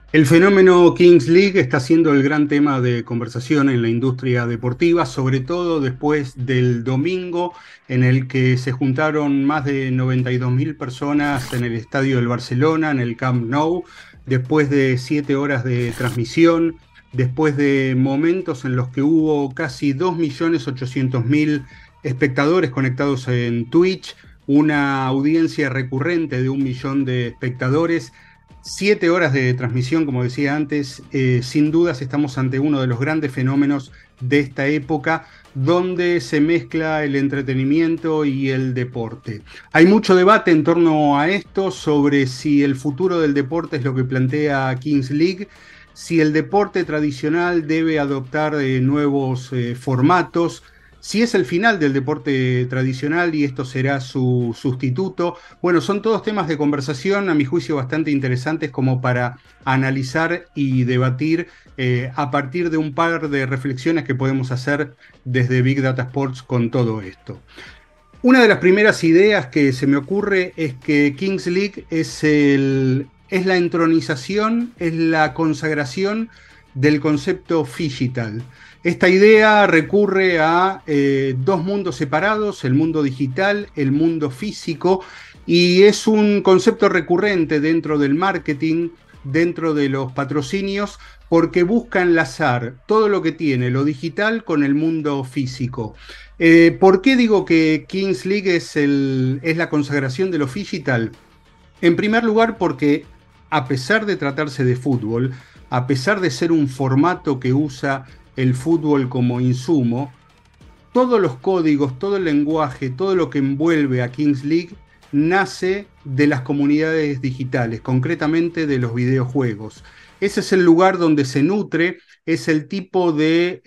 El fenómeno Kings League está siendo el gran tema de conversación en la industria deportiva, sobre todo después del domingo en el que se juntaron más de 92.000 personas en el estadio del Barcelona, en el Camp Nou, después de 7 horas de transmisión, después de momentos en los que hubo casi 2.800.000 espectadores conectados en Twitch, una audiencia recurrente de 1 millón de espectadores. 7 horas de transmisión, como decía antes, sin dudas estamos ante uno de los grandes fenómenos de esta época donde se mezcla el entretenimiento y el deporte. Hay mucho debate en torno a esto sobre si el futuro del deporte es lo que plantea Kings League, si el deporte tradicional debe adoptar nuevos formatos, si es el final del deporte tradicional y esto será su sustituto. Bueno, son todos temas de conversación, a mi juicio, bastante interesantes como para analizar y debatir a partir de un par de reflexiones que podemos hacer desde Big Data Sports con todo esto. Una de las primeras ideas que se me ocurre es que Kings League es la entronización, es la consagración del concepto phygital. Esta idea recurre a dos mundos separados, el mundo digital, el mundo físico, y es un concepto recurrente dentro del marketing, dentro de los patrocinios, porque busca enlazar todo lo que tiene lo digital con el mundo físico. ¿Por qué digo que Kings League es la consagración de lo digital? En primer lugar, porque a pesar de tratarse de fútbol, a pesar de ser un formato que usa el fútbol como insumo, todos los códigos, todo el lenguaje, todo lo que envuelve a Kings League nace de las comunidades digitales, concretamente de los videojuegos. Ese es el lugar donde se nutre, es el tipo de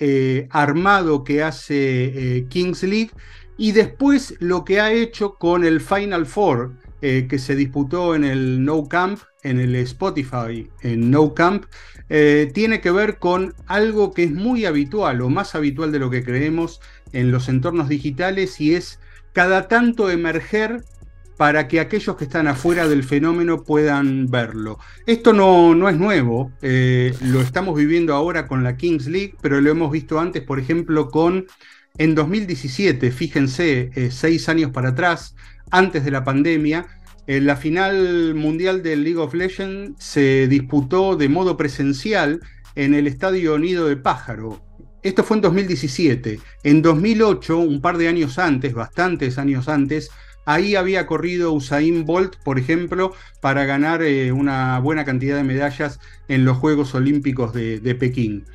armado que hace Kings League y después lo que ha hecho con el Final Four que se disputó en el No Camp, en el Spotify, en No Camp, tiene que ver con algo que es muy habitual o más habitual de lo que creemos en los entornos digitales y es cada tanto emerger para que aquellos que están afuera del fenómeno puedan verlo. Esto no es nuevo, lo estamos viviendo ahora con la Kings League, pero lo hemos visto antes, por ejemplo, en 2017, fíjense, 6 años para atrás, antes de la pandemia, la final mundial del League of Legends se disputó de modo presencial en el Estadio Nido de Pájaro. Esto fue en 2017. En 2008, un par de años antes, bastantes años antes, ahí había corrido Usain Bolt, por ejemplo, para ganar una buena cantidad de medallas en los Juegos Olímpicos de Pekín.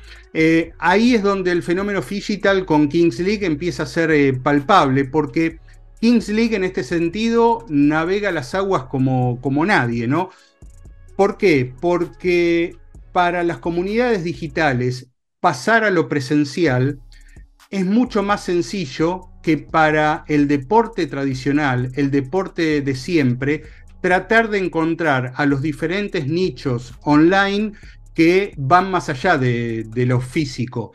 Ahí es donde el fenómeno digital con Kings League empieza a ser palpable, porque Kings League en este sentido navega las aguas como nadie, ¿no? ¿Por qué? Porque para las comunidades digitales pasar a lo presencial es mucho más sencillo que para el deporte tradicional, el deporte de siempre, tratar de encontrar a los diferentes nichos online que van más allá de lo físico.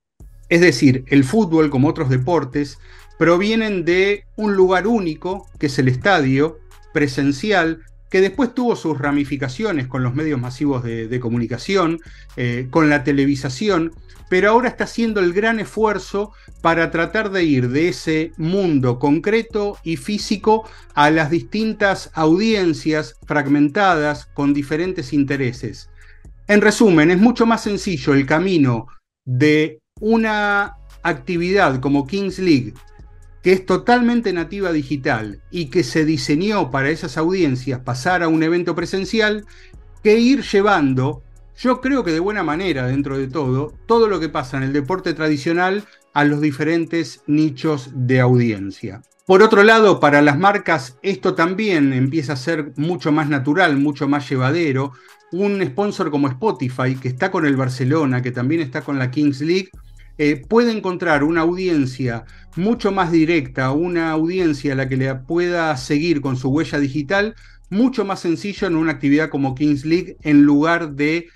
Es decir, el fútbol, como otros deportes, provienen de un lugar único, que es el estadio, presencial, que después tuvo sus ramificaciones con los medios masivos de comunicación, con la televisación, pero ahora está haciendo el gran esfuerzo para tratar de ir de ese mundo concreto y físico a las distintas audiencias fragmentadas con diferentes intereses. En resumen, es mucho más sencillo el camino de una actividad como Kings League, que es totalmente nativa digital y que se diseñó para esas audiencias pasar a un evento presencial, que ir llevando, yo creo que de buena manera dentro de todo lo que pasa en el deporte tradicional a los diferentes nichos de audiencia. Por otro lado, para las marcas esto también empieza a ser mucho más natural, mucho más llevadero. Un sponsor como Spotify, que está con el Barcelona, que también está con la Kings League, puede encontrar una audiencia mucho más directa, una audiencia a la que le pueda seguir con su huella digital, mucho más sencillo en una actividad como Kings League en lugar de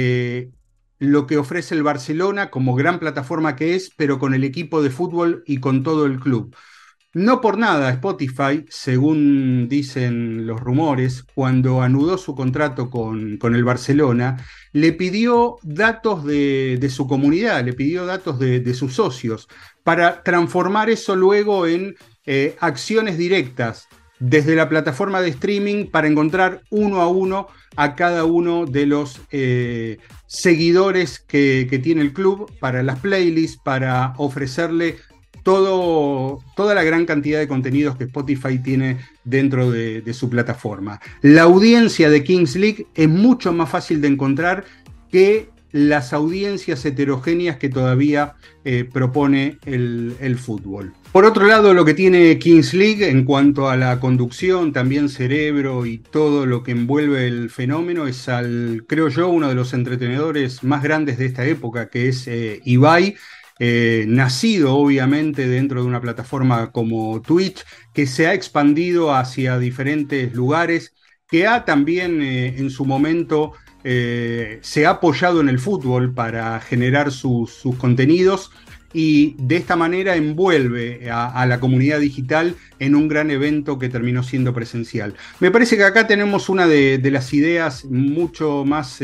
lo que ofrece el Barcelona como gran plataforma que es, pero con el equipo de fútbol y con todo el club. No por nada, Spotify, según dicen los rumores, cuando anudó su contrato con el Barcelona, le pidió datos de su comunidad, le pidió datos de sus socios, para transformar eso luego en acciones directas desde la plataforma de streaming para encontrar uno a uno a cada uno de los seguidores que tiene el club, para las playlists, para ofrecerle toda la gran cantidad de contenidos que Spotify tiene dentro de su plataforma. La audiencia de Kings League es mucho más fácil de encontrar que las audiencias heterogéneas que todavía propone el fútbol. Por otro lado, lo que tiene Kings League en cuanto a la conducción, también cerebro y todo lo que envuelve el fenómeno es creo yo, uno de los entretenedores más grandes de esta época, que es Ibai, nacido obviamente dentro de una plataforma como Twitch, que se ha expandido hacia diferentes lugares, que ha también en su momento se ha apoyado en el fútbol para generar sus contenidos y de esta manera envuelve a la comunidad digital en un gran evento que terminó siendo presencial. Me parece que acá tenemos una de las ideas mucho más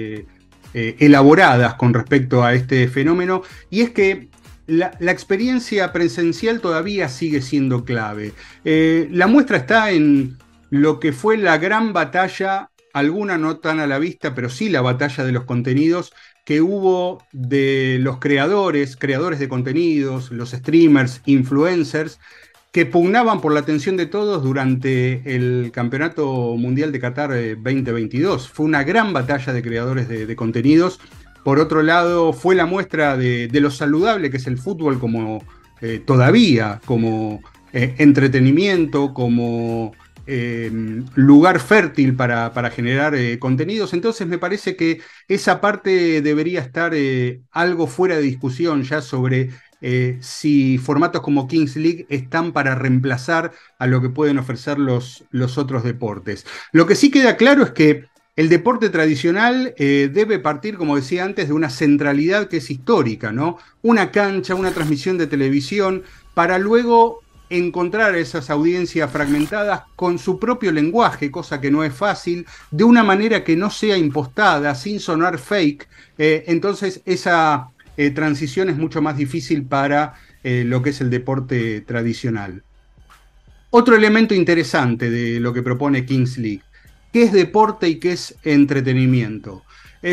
elaboradas con respecto a este fenómeno, y es que la experiencia presencial todavía sigue siendo clave. La muestra está en lo que fue la gran batalla, alguna no tan a la vista, pero sí la batalla de los contenidos que hubo de los creadores de contenidos, los streamers, influencers, que pugnaban por la atención de todos durante el Campeonato Mundial de Qatar 2022. Fue una gran batalla de creadores de contenidos. Por otro lado, fue la muestra de lo saludable que es el fútbol como todavía, como entretenimiento, como lugar fértil para generar contenidos. Entonces me parece que esa parte debería estar algo fuera de discusión ya sobre si formatos como Kings League están para reemplazar a lo que pueden ofrecer los otros deportes. Lo que sí queda claro es que el deporte tradicional debe partir, como decía antes, de una centralidad que es histórica, ¿no? Una cancha, una transmisión de televisión, para luego encontrar esas audiencias fragmentadas con su propio lenguaje, cosa que no es fácil, de una manera que no sea impostada, sin sonar fake. Entonces esa transición es mucho más difícil para lo que es el deporte tradicional. Otro elemento interesante de lo que propone Kings League: ¿qué es deporte y qué es entretenimiento?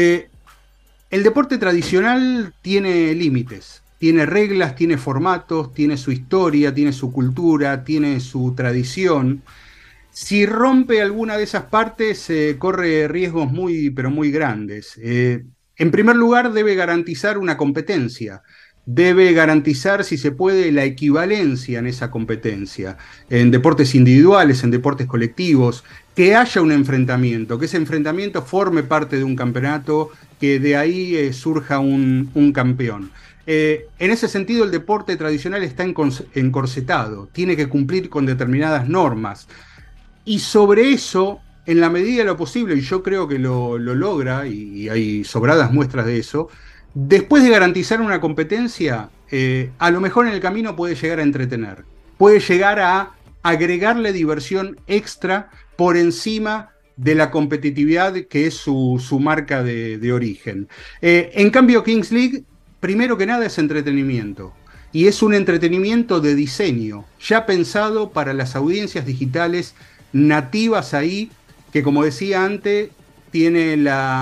El deporte tradicional tiene límites, tiene reglas, tiene formatos, tiene su historia, tiene su cultura, tiene su tradición. Si rompe alguna de esas partes, corre riesgos muy, pero muy grandes. En primer lugar, debe garantizar una competencia. Debe garantizar, si se puede, la equivalencia en esa competencia, en deportes individuales, en deportes colectivos, que haya un enfrentamiento, que ese enfrentamiento forme parte de un campeonato, que de ahí surja un campeón. En ese sentido, el deporte tradicional está encorsetado, tiene que cumplir con determinadas normas. Y sobre eso, en la medida de lo posible, y yo creo que lo logra, y hay sobradas muestras de eso, después de garantizar una competencia, a lo mejor en el camino puede llegar a entretener, puede llegar a agregarle diversión extra por encima de la competitividad que es su marca de origen. En cambio, Kings League, primero que nada, es entretenimiento. Y es un entretenimiento de diseño, ya pensado para las audiencias digitales nativas ahí, que como decía antes, tiene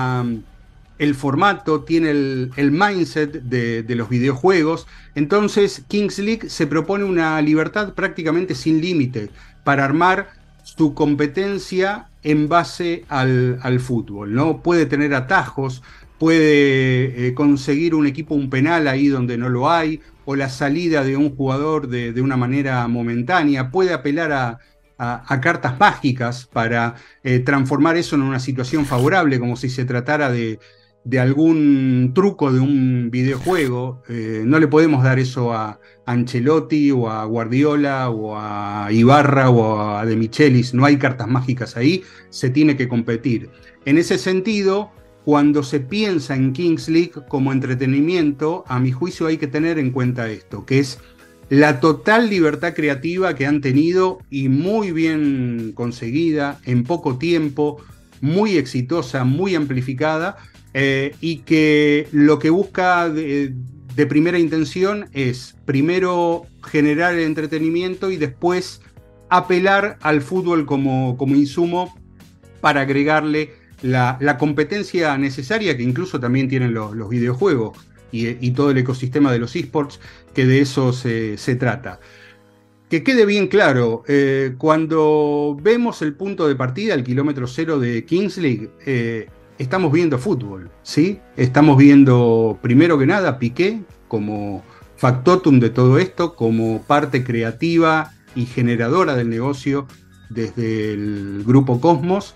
el formato, tiene el mindset de los videojuegos. Entonces Kings League se propone una libertad prácticamente sin límite para armar su competencia en base al fútbol, ¿no? Puede tener atajos, puede conseguir un equipo un penal ahí donde no lo hay, o la salida de un jugador de una manera momentánea, puede apelar a cartas mágicas para transformar eso en una situación favorable, como si se tratara de algún truco de un videojuego. No le podemos dar eso a Ancelotti o a Guardiola o a Ibarra o a De Michelis. No hay cartas mágicas ahí, se tiene que competir. En ese sentido, cuando se piensa en Kings League como entretenimiento, a mi juicio hay que tener en cuenta esto, que es la total libertad creativa que han tenido y muy bien conseguida, en poco tiempo, muy exitosa, muy amplificada, y que lo que busca de primera intención es primero generar el entretenimiento y después apelar al fútbol como insumo para agregarle la competencia necesaria que incluso también tienen los videojuegos y todo el ecosistema de los esports, que de eso se trata. Que quede bien claro, cuando vemos el punto de partida, el kilómetro cero de Kings League, estamos viendo fútbol, ¿sí? Estamos viendo, primero que nada, Piqué como factotum de todo esto, como parte creativa y generadora del negocio desde el grupo Cosmos,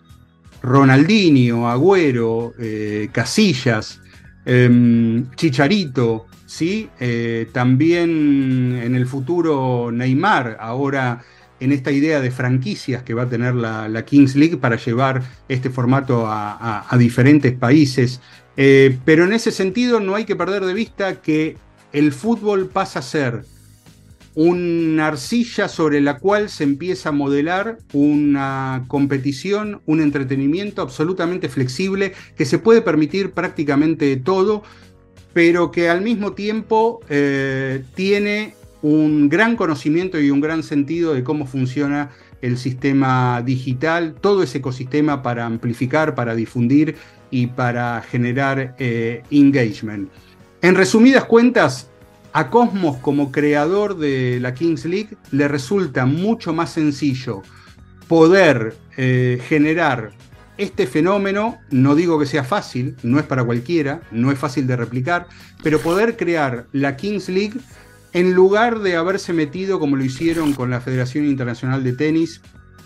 Ronaldinho, Agüero, Casillas, Chicharito, ¿sí? También en el futuro Neymar, ahora en esta idea de franquicias que va a tener la Kings League para llevar este formato a diferentes países. Pero en ese sentido no hay que perder de vista que el fútbol pasa a ser una arcilla sobre la cual se empieza a modelar una competición, un entretenimiento absolutamente flexible que se puede permitir prácticamente todo, pero que al mismo tiempo tiene un gran conocimiento y un gran sentido de cómo funciona el sistema digital, todo ese ecosistema para amplificar, para difundir y para generar engagement. En resumidas cuentas, a Cosmos como creador de la Kings League le resulta mucho más sencillo poder generar este fenómeno. No digo que sea fácil, no es para cualquiera, no es fácil de replicar, pero poder crear la Kings League en lugar de haberse metido como lo hicieron con la Federación Internacional de Tenis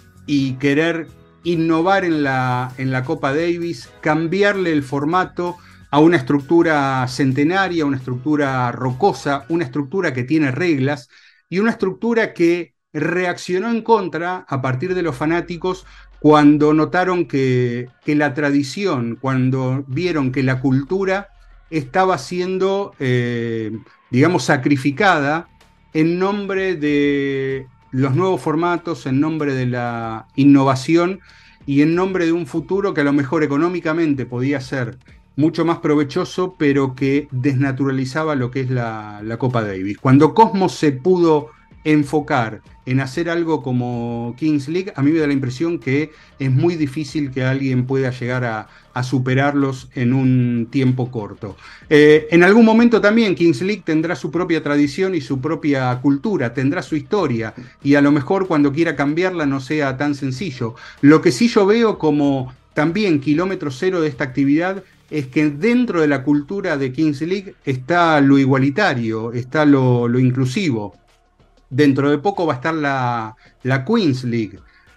y querer innovar en la Copa Davis, cambiarle el formato a una estructura centenaria, una estructura rocosa, una estructura que tiene reglas y una estructura que reaccionó en contra a partir de los fanáticos cuando notaron que la tradición, cuando vieron que la cultura estaba siendo, digamos, sacrificada en nombre de los nuevos formatos, en nombre de la innovación y en nombre de un futuro que a lo mejor económicamente podía ser mucho más provechoso, pero que desnaturalizaba lo que es la Copa Davis. Cuando Cosmos se pudo enfocar en hacer algo como Kings League, a mí me da la impresión que es muy difícil que alguien pueda llegar a superarlos en un tiempo corto. En algún momento también Kings League tendrá su propia tradición y su propia cultura, tendrá su historia, y a lo mejor cuando quiera cambiarla no sea tan sencillo. Lo que sí yo veo como también kilómetro cero de esta actividad es que dentro de la cultura de Kings League está lo igualitario, está lo inclusivo. Dentro de poco va a estar la Queens League,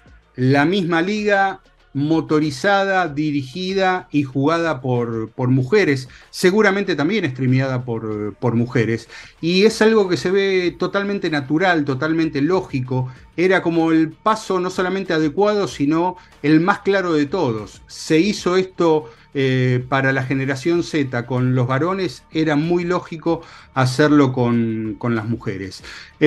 la misma liga motorizada, dirigida y jugada por mujeres, seguramente también streameada por mujeres. Y es algo que se ve totalmente natural, totalmente lógico. Era como el paso no solamente adecuado, sino el más claro de todos. Se hizo esto para la generación Z con los varones, era muy lógico hacerlo con las mujeres.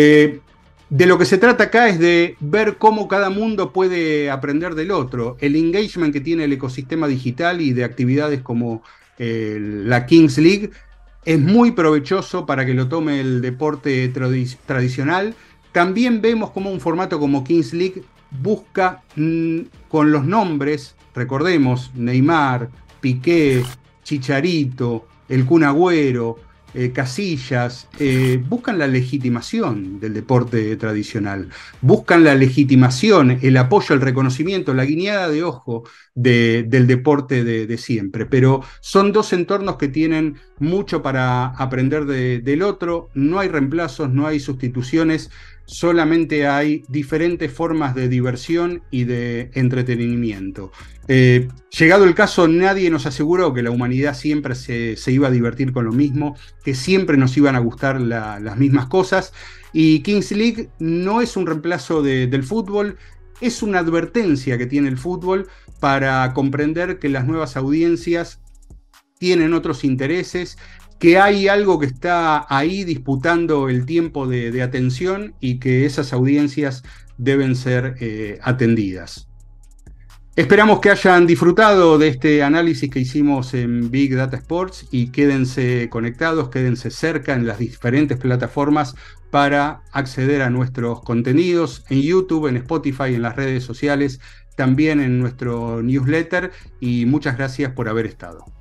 De lo que se trata acá es de ver cómo cada mundo puede aprender del otro. El engagement que tiene el ecosistema digital y de actividades como la Kings League es muy provechoso para que lo tome el deporte tradicional. También vemos como un formato como Kings League busca con los nombres, recordemos, Neymar, Piqué, Chicharito, el Kun Agüero, Casillas, buscan la legitimación del deporte tradicional, buscan la legitimación, el apoyo, el reconocimiento, la guiñada de ojo del deporte de siempre, pero son dos entornos que tienen mucho para aprender del otro. No hay reemplazos, no hay sustituciones, solamente hay diferentes formas de diversión y de entretenimiento. Llegado el caso, nadie nos aseguró que la humanidad siempre se iba a divertir con lo mismo, que siempre nos iban a gustar las mismas cosas, y Kings League no es un reemplazo del fútbol, es una advertencia que tiene el fútbol para comprender que las nuevas audiencias tienen otros intereses, que hay algo que está ahí disputando el tiempo de atención y que esas audiencias deben ser atendidas. Esperamos que hayan disfrutado de este análisis que hicimos en Big Data Sports y quédense conectados, quédense cerca en las diferentes plataformas para acceder a nuestros contenidos en YouTube, en Spotify, en las redes sociales, también en nuestro newsletter, y muchas gracias por haber estado.